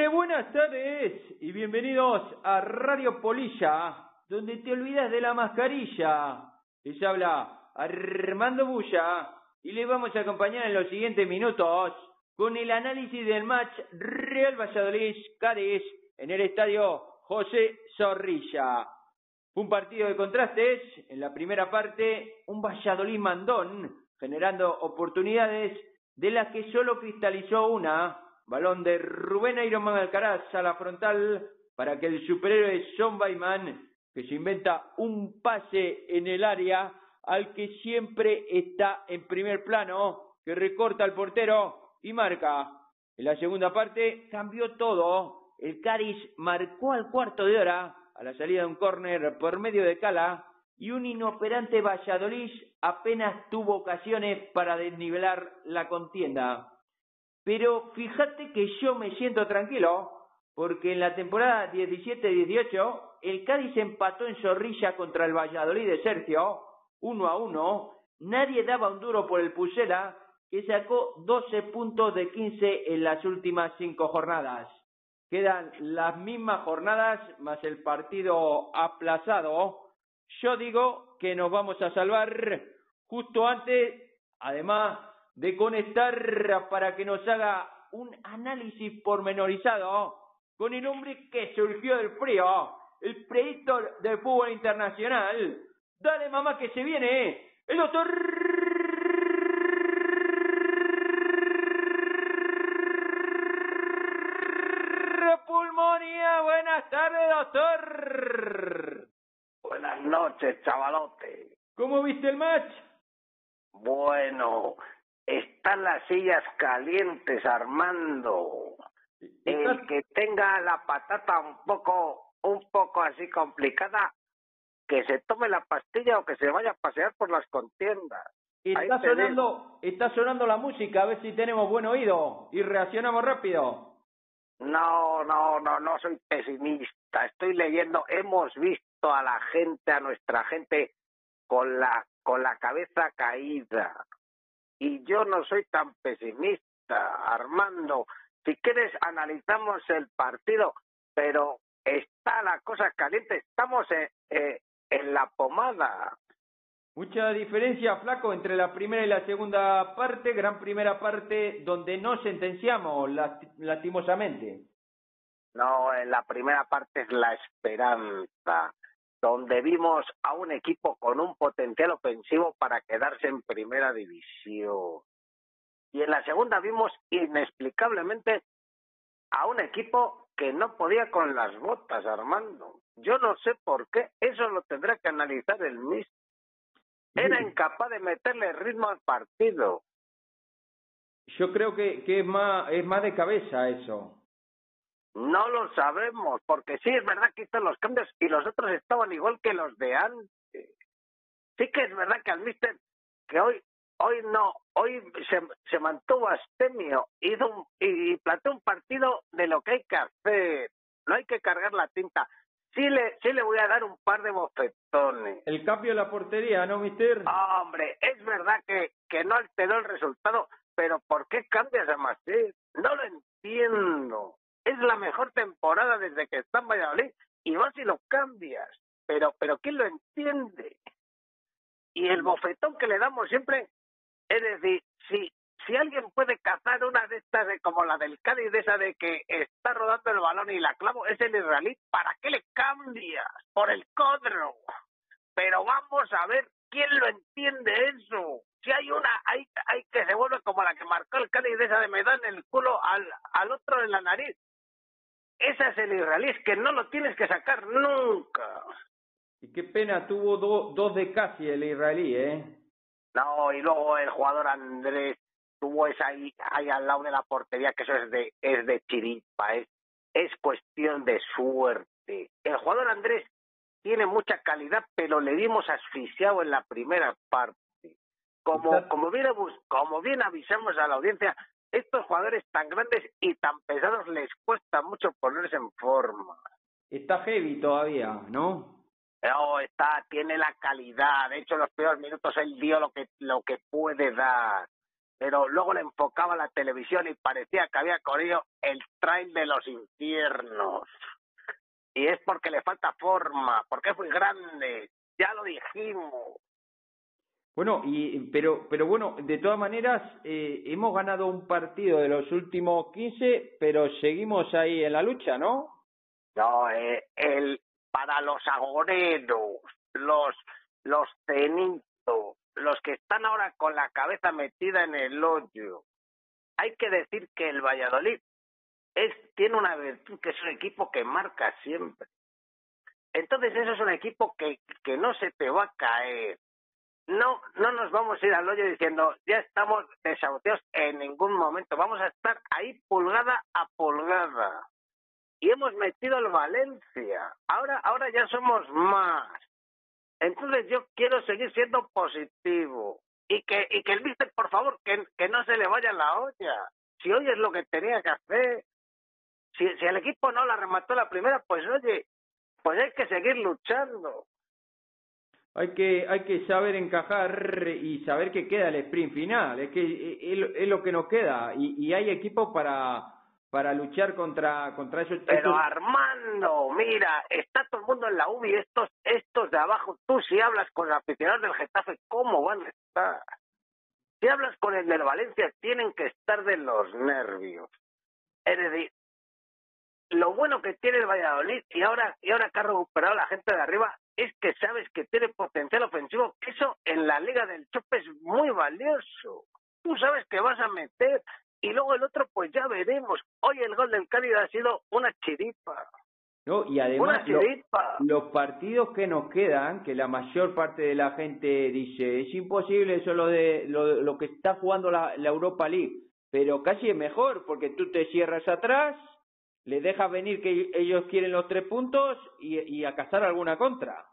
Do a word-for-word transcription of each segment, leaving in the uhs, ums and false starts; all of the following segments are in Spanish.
Muy buenas tardes y bienvenidos a Radio Polilla, donde te olvidas de la mascarilla. Les habla Armando Bulla y les vamos a acompañar en los siguientes minutos con el análisis del match Real Valladolid-Cádiz en el estadio José Zorrilla. Fue un partido de contrastes. En la primera parte, un Valladolid mandón, generando oportunidades de las que solo cristalizó una. Balón de Rubén Ironman Alcaraz a la frontal para que el superhéroe Son Baiman, que se inventa un pase en el área al que siempre está en primer plano, que recorta al portero y marca. En la segunda parte cambió todo. El Cádiz marcó al cuarto de hora a la salida de un córner por medio de Cala y un inoperante Valladolid apenas tuvo ocasiones para desnivelar la contienda. Pero fíjate que yo me siento tranquilo, porque en la temporada diecisiete dieciocho el Cádiz empató en Zorrilla contra el Valladolid de Sergio, uno a uno. Nadie daba un duro por el Pucela, que sacó doce puntos de quince en las últimas cinco jornadas. Quedan las mismas jornadas más el partido aplazado. Yo digo que nos vamos a salvar justo antes, además de conectar para que nos haga un análisis pormenorizado con el hombre que surgió del frío, el predictor del fútbol internacional. Dale, mamá, que se viene el doctor Pulmonía. Buenas tardes, doctor. Buenas noches, chavalote. ¿Cómo viste el match? Bueno, están las sillas calientes, Armando. El que tenga la patata un poco, un poco así complicada, que se tome la pastilla o que se vaya a pasear por las contiendas. Está sonando, está sonando la música, a ver si tenemos buen oído y reaccionamos rápido. No, no, no, no soy pesimista. Estoy leyendo, hemos visto a la gente, a nuestra gente con la, con la cabeza caída. Y yo no soy tan pesimista, Armando. Si quieres, analizamos el partido, pero está la cosa caliente. Estamos en, eh, en la pomada. Mucha diferencia, flaco, entre la primera y la segunda parte. Gran primera parte donde no sentenciamos, lastimosamente. No, en la primera parte es la esperanza, donde vimos a un equipo con un potencial ofensivo para quedarse en primera división. Y en la segunda vimos inexplicablemente a un equipo que no podía con las botas, Armando. Yo no sé por qué, eso lo tendrá que analizar el míster. Era incapaz de meterle ritmo al partido. Yo creo que, que es más es más de cabeza eso. No lo sabemos, porque sí es verdad que hizo los cambios y los otros estaban igual que los de antes. Sí que es verdad que al míster, que hoy hoy no, hoy se, se mantuvo abstemio, hizo un, y planteó un partido de lo que hay que hacer. No hay que cargar la tinta. Sí le, sí le voy a dar un par de bofetones. El cambio de la portería, ¿no, mister? Oh, hombre, es verdad que, que no alteró el resultado, pero ¿por qué cambias a Masip? No lo entiendo. Es la mejor temporada desde que está en Valladolid y vas y lo cambias. Pero, pero ¿quién lo entiende? Y el bofetón que le damos siempre, es decir, si, si alguien puede cazar una de estas de, como la del Cádiz, de esa de que está rodando el balón y la clavo, es el israelí. ¿Para qué le cambias? Por el codro. Pero vamos a ver quién lo entiende eso. Si hay una, hay, hay que se vuelve como la que marcó el Cádiz, de esa de me da en el culo al, al otro en la nariz. Esa es el israelí, es que no lo tienes que sacar nunca. Y qué pena, tuvo do, dos de casi el israelí, ¿eh? No, y luego el jugador Andrés tuvo esa ahí, ahí al lado de la portería, que eso es de, es de chiripa, es, es cuestión de suerte. El jugador Andrés tiene mucha calidad, pero le dimos asfixiado en la primera parte. Como, como, bien, como bien avisamos a la audiencia, estos jugadores tan grandes y tan pesados les cuesta mucho ponerse en forma. Está heavy todavía, ¿no? No, está, tiene la calidad. De hecho, en los peores minutos él dio lo que, lo que puede dar. pero luego le enfocaba la televisión y parecía que había corrido el trail de los infiernos. Y es porque le falta forma, porque es muy grande, ya lo dijimos. Bueno, y pero pero bueno, de todas maneras, eh, hemos ganado un partido de los últimos quince, pero seguimos ahí en la lucha, ¿no? No, eh, el, para los agoreros, los, los cenitos, los que están ahora con la cabeza metida en el hoyo, hay que decir que el Valladolid es, tiene una virtud, que es un equipo que marca siempre. Entonces eso es un equipo que, que no se te va a caer. No, no nos vamos a ir al hoyo diciendo ya estamos desahuciados en ningún momento. Vamos a estar ahí pulgada a pulgada. Y hemos metido al Valencia. Ahora, ahora ya somos más. Entonces yo quiero seguir siendo positivo. Y que, y que el míster, por favor, que, que no se le vaya la olla. Si hoy es lo que tenía que hacer. Si, si el equipo no la remató la primera, pues oye, pues hay que seguir luchando. Hay que hay que saber encajar y saber que queda el sprint final, es que es, es lo que nos queda y, y hay equipos para para luchar contra contra esos. Pero estos... Armando, mira, está todo el mundo en la U B I, estos estos de abajo, tú si hablas con los aficionados del Getafe, ¿cómo van a estar? Si hablas con el del Valencia, tienen que estar de los nervios. Es decir, lo bueno que tiene el Valladolid y ahora y ahora que ha recuperado la gente de arriba es que sabes que tiene potencial ofensivo, que eso en la Liga del Chope es muy valioso. Tú sabes que vas a meter y luego el otro pues ya veremos. Hoy el gol del Cádiz ha sido una chiripa. No, y además lo, los partidos que nos quedan, que la mayor parte de la gente dice es imposible eso lo de lo, lo que está jugando la, la Europa League, pero casi es mejor porque tú te cierras atrás, les dejas venir que ellos quieren los tres puntos y, y a cazar alguna contra.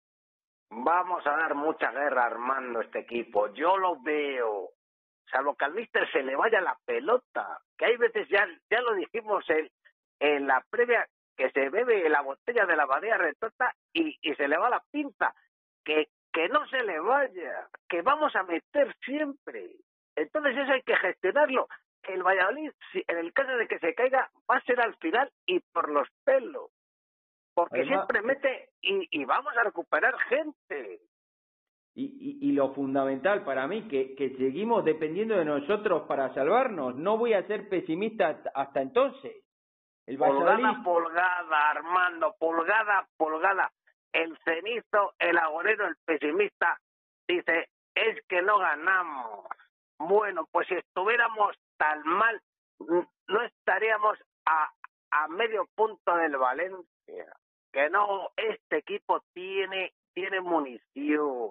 Vamos a dar mucha guerra armando este equipo, yo lo veo, salvo que al míster se le vaya la pelota, que hay veces, ya ya lo dijimos en, en la previa, que se bebe la botella de la Badía Retota y, y se le va la pinza, que, que no se le vaya, que vamos a meter siempre. Entonces eso hay que gestionarlo. El Valladolid, si, en el caso de que se caiga, va a ser al final y por los pelos. Porque Además, siempre mete y, y vamos a recuperar gente. Y, y, y lo fundamental para mí, que, que seguimos dependiendo de nosotros para salvarnos. No voy a ser pesimista hasta, hasta entonces. El Valladolid... Pulgada, pulgada, Armando, pulgada, pulgada. El cenizo, el agorero, el pesimista, dice, es que no ganamos. Bueno, pues si estuviéramos tan mal, no estaríamos a, a medio punto del Valencia. Que no, este equipo tiene, tiene munición.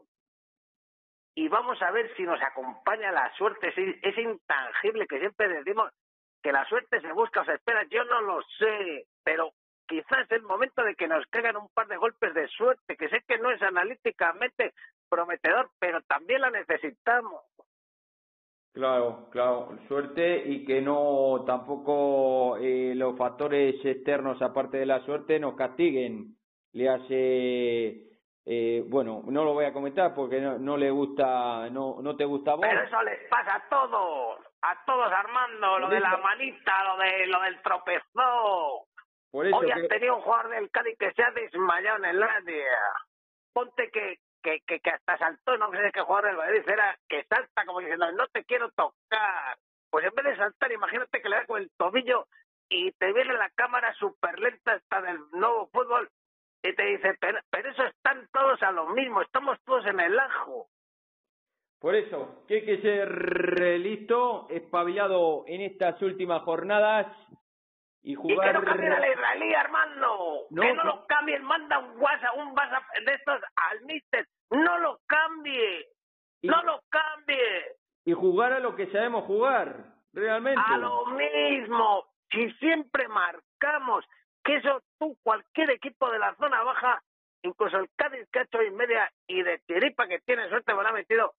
Y vamos a ver si nos acompaña la suerte. Es, es intangible, que siempre decimos que la suerte se busca o se espera. Yo no lo sé, pero quizás es el momento de que nos caigan un par de golpes de suerte, que sé que no es analíticamente prometedor, pero también la necesitamos. Claro, claro, suerte y que no tampoco eh, los factores externos aparte de la suerte nos castiguen. Le hace, eh, bueno, no lo voy a comentar porque no, no le gusta, no no te gusta a vos. Pero eso les pasa a todos, a todos Armando, lo de la manita, lo de lo del tropezón. Por eso Hoy que... has tenido un jugador del Cádiz que se ha desmayado en el área. Ponte que Que, que, que hasta saltó, no sé qué jugador del Madrid era, que salta como diciendo, no te quiero tocar. Pues en vez de saltar, imagínate que le da con el tobillo y te viene la cámara súper lenta hasta del nuevo fútbol y te dice, pero, pero eso están todos a lo mismo, estamos todos en el ajo. Por eso, que hay que ser listo, espabilado en estas últimas jornadas y jugar... Y que no cambien al israelí, Armando. No, que no, no lo cambien, manda un WhatsApp, un WhatsApp de estos al míster. No lo cambie. Y, no lo cambie. Y jugar a lo que sabemos jugar, realmente. A lo mismo. Si siempre marcamos, que eso tú, cualquier equipo de la zona baja, incluso el Cádiz que ha hecho hoy media y de chiripa que tiene suerte, me lo ha metido,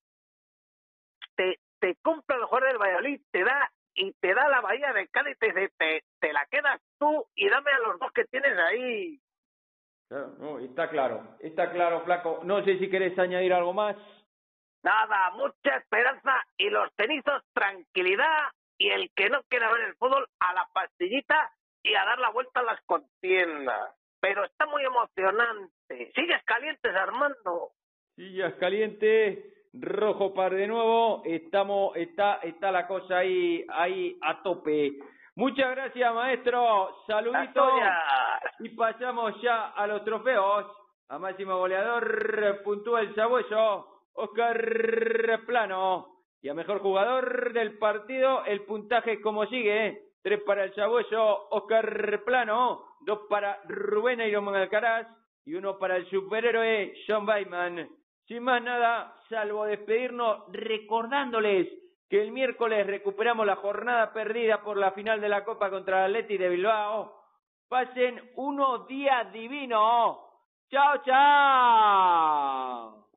te, te compra el jugador del Valladolid, te da y te da la Bahía de Cádiz y te dice, te, te la quedas tú y dame a los dos que tienes ahí. Claro, no, está claro, está claro, flaco. No sé si querés añadir algo más. Nada, mucha esperanza y los cenizos tranquilidad y el que no quiera ver el fútbol a la pastillita y a dar la vuelta a las contiendas. Pero está muy emocionante. ¿Sigues calientes, Armando? Sillas caliente, rojo par de nuevo, estamos, está, está la cosa ahí, ahí a tope. Muchas gracias, maestro, saluditos y pasamos ya a los trofeos. A máximo goleador puntúa el sabueso, Oscar Plano. Y a mejor jugador del partido, el puntaje como sigue: tres para el sabueso Oscar Plano, dos para Rubén Iron Alcaraz y uno para el superhéroe John Bateman. Sin más nada, salvo despedirnos recordándoles que el miércoles recuperamos la jornada perdida por la final de la Copa contra el Athletic de Bilbao. Pasen unos días divinos. ¡Chao, chao!